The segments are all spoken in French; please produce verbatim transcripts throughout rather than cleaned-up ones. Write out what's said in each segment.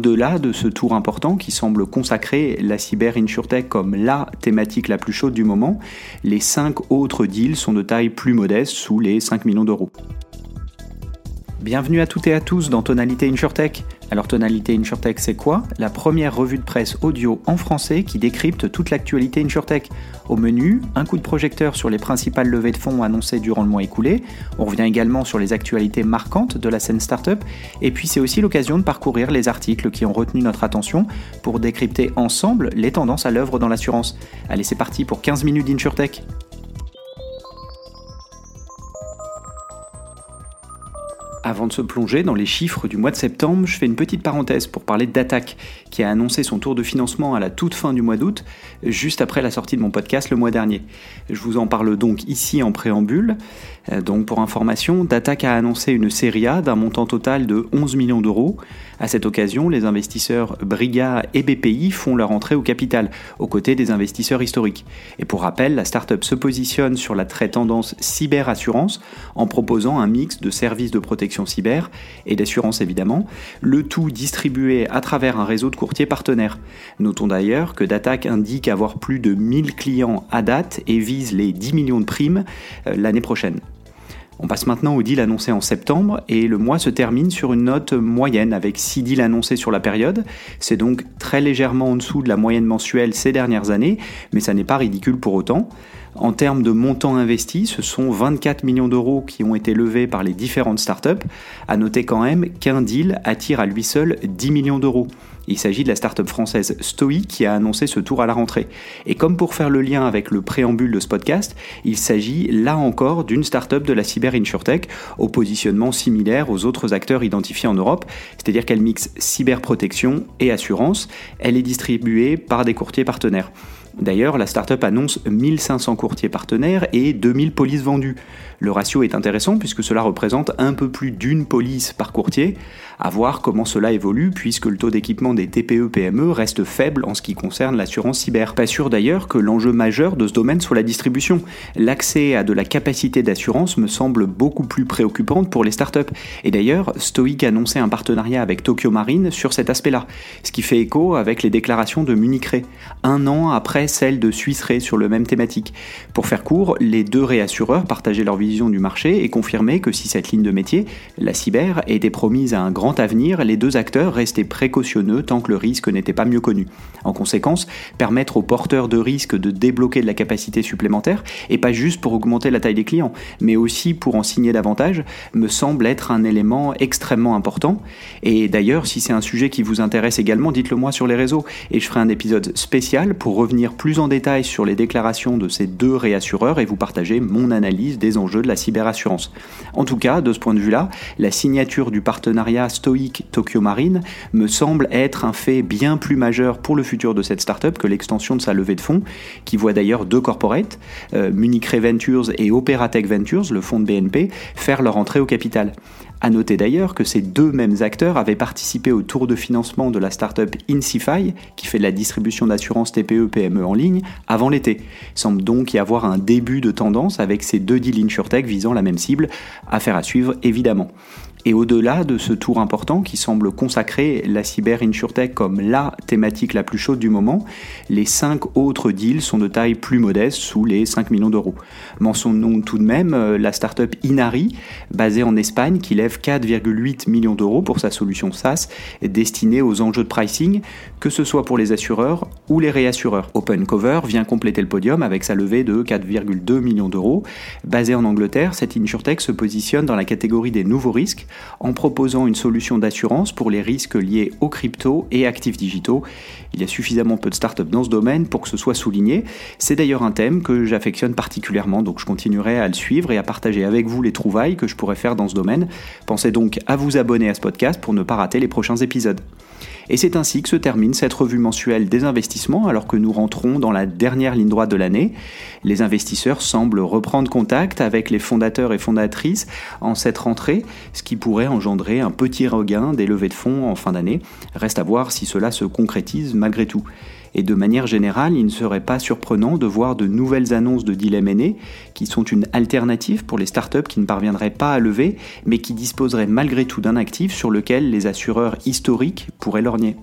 au-delà de ce tour important qui semble consacrer la cyber insurtech comme la thématique la plus chaude du moment, les cinq autres deals sont de taille plus modeste, sous les cinq millions d'euros. Bienvenue à toutes et à tous dans Tonalité Insurtech. Alors Tonalité Insurtech, c'est quoi ? La première revue de presse audio en français qui décrypte toute l'actualité Insurtech. Au menu, un coup de projecteur sur les principales levées de fonds annoncées durant le mois écoulé. On revient également sur les actualités marquantes de la scène startup. Et puis c'est aussi l'occasion de parcourir les articles qui ont retenu notre attention pour décrypter ensemble les tendances à l'œuvre dans l'assurance. Allez, c'est parti pour quinze minutes d'Insurtech. Avant de se plonger dans les chiffres du mois de septembre, je fais une petite parenthèse pour parler d'Attaque, qui a annoncé son tour de financement à la toute fin du mois d'août, juste après la sortie de mon podcast le mois dernier. Je vous en parle donc ici en préambule. Donc pour information, Dattac a annoncé une série A d'un montant total de onze millions d'euros. À cette occasion, les investisseurs Briga et B P I font leur entrée au capital, aux côtés des investisseurs historiques. Et pour rappel, la startup se positionne sur la très tendance cyberassurance en proposant un mix de services de protection cyber et d'assurance évidemment, le tout distribué à travers un réseau de courtiers partenaires. Notons d'ailleurs que Dattac indique avoir plus de mille clients à date et vise les dix millions de primes euh, l'année prochaine. On passe maintenant au deal annoncé en septembre et le mois se termine sur une note moyenne avec six deals annoncés sur la période. C'est donc très légèrement en dessous de la moyenne mensuelle ces dernières années, mais ça n'est pas ridicule pour autant. En termes de montant investi, ce sont vingt-quatre millions d'euros qui ont été levés par les différentes startups. À noter quand même qu'un deal attire à lui seul dix millions d'euros. Il s'agit de la startup française Stoic qui a annoncé ce tour à la rentrée. Et comme pour faire le lien avec le préambule de ce podcast, il s'agit là encore d'une startup de la cyber insurtech au positionnement similaire aux autres acteurs identifiés en Europe, c'est-à-dire qu'elle mixe cyberprotection et assurance. Elle est distribuée par des courtiers partenaires. D'ailleurs, la startup annonce mille cinq cents courtiers partenaires et deux mille polices vendues. Le ratio est intéressant puisque cela représente un peu plus d'une police par courtier. À voir comment cela évolue puisque le taux d'équipement des T P E P M E reste faible en ce qui concerne l'assurance cyber. Pas sûr d'ailleurs que l'enjeu majeur de ce domaine soit la distribution. L'accès à de la capacité d'assurance me semble beaucoup plus préoccupante pour les startups. Et d'ailleurs, Stoic a annoncé un partenariat avec Tokio Marine sur cet aspect-là, ce qui fait écho avec les déclarations de Munich Re, un an après celle de Suisse Re sur le même thématique. Pour faire court, les deux réassureurs partageaient leur vision du marché et confirmaient que si cette ligne de métier, la cyber, était promise à un grand avenir, les deux acteurs restaient précautionneux tant que le risque n'était pas mieux connu. En conséquence, permettre aux porteurs de risques de débloquer de la capacité supplémentaire, et pas juste pour augmenter la taille des clients, mais aussi pour en signer davantage, me semble être un élément extrêmement important. Et d'ailleurs, si c'est un sujet qui vous intéresse également, dites-le moi sur les réseaux, et je ferai un épisode spécial pour revenir plus en détail sur les déclarations de ces deux réassureurs et vous partager mon analyse des enjeux de la cyberassurance. En tout cas, de ce point de vue-là, la signature du partenariat Stoic Tokio Marine me semble être un fait bien plus majeur pour le futur de cette startup que l'extension de sa levée de fonds, qui voit d'ailleurs deux corporates, euh, Munich Re Ventures et Operatech Ventures, le fonds de B N P, faire leur entrée au capital. À noter d'ailleurs que ces deux mêmes acteurs avaient participé au tour de financement de la startup Insify, qui fait de la distribution d'assurance T P E P M E en ligne, avant l'été. Il semble donc y avoir un début de tendance avec ces deux deals insurtech visant la même cible, affaire à suivre évidemment. Et au-delà de ce tour important qui semble consacrer la cyber insurtech comme la thématique la plus chaude du moment, les cinq autres deals sont de taille plus modeste, sous les cinq millions d'euros. Mentionnons tout de même la startup Inari, basée en Espagne, qui lève quatre virgule huit millions d'euros pour sa solution SaaS destinée aux enjeux de pricing, que ce soit pour les assureurs ou les réassureurs. OpenCover vient compléter le podium avec sa levée de quatre virgule deux millions d'euros. Basée en Angleterre, cette insurtech se positionne dans la catégorie des nouveaux risques, en proposant une solution d'assurance pour les risques liés aux cryptos et actifs digitaux. Il y a suffisamment peu de startups dans ce domaine pour que ce soit souligné. C'est d'ailleurs un thème que j'affectionne particulièrement, donc je continuerai à le suivre et à partager avec vous les trouvailles que je pourrais faire dans ce domaine. Pensez donc à vous abonner à ce podcast pour ne pas rater les prochains épisodes. Et c'est ainsi que se termine cette revue mensuelle des investissements alors que nous rentrons dans la dernière ligne droite de l'année. Les investisseurs semblent reprendre contact avec les fondateurs et fondatrices en cette rentrée, ce qui pourrait engendrer un petit regain des levées de fonds en fin d'année. Reste à voir si cela se concrétise malgré tout. Et de manière générale, il ne serait pas surprenant de voir de nouvelles annonces de deal M and A qui sont une alternative pour les startups qui ne parviendraient pas à lever, mais qui disposeraient malgré tout d'un actif sur lequel les assureurs historiques pourraient lorgner.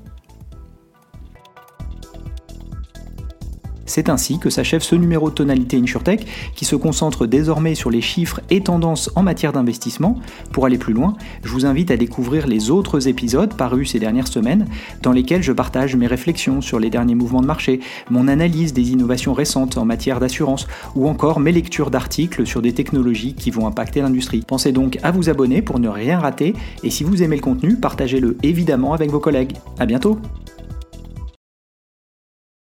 C'est ainsi que s'achève ce numéro de Tonalité InsurTech qui se concentre désormais sur les chiffres et tendances en matière d'investissement. Pour aller plus loin, je vous invite à découvrir les autres épisodes parus ces dernières semaines dans lesquels je partage mes réflexions sur les derniers mouvements de marché, mon analyse des innovations récentes en matière d'assurance ou encore mes lectures d'articles sur des technologies qui vont impacter l'industrie. Pensez donc à vous abonner pour ne rien rater et si vous aimez le contenu, partagez-le évidemment avec vos collègues. À bientôt!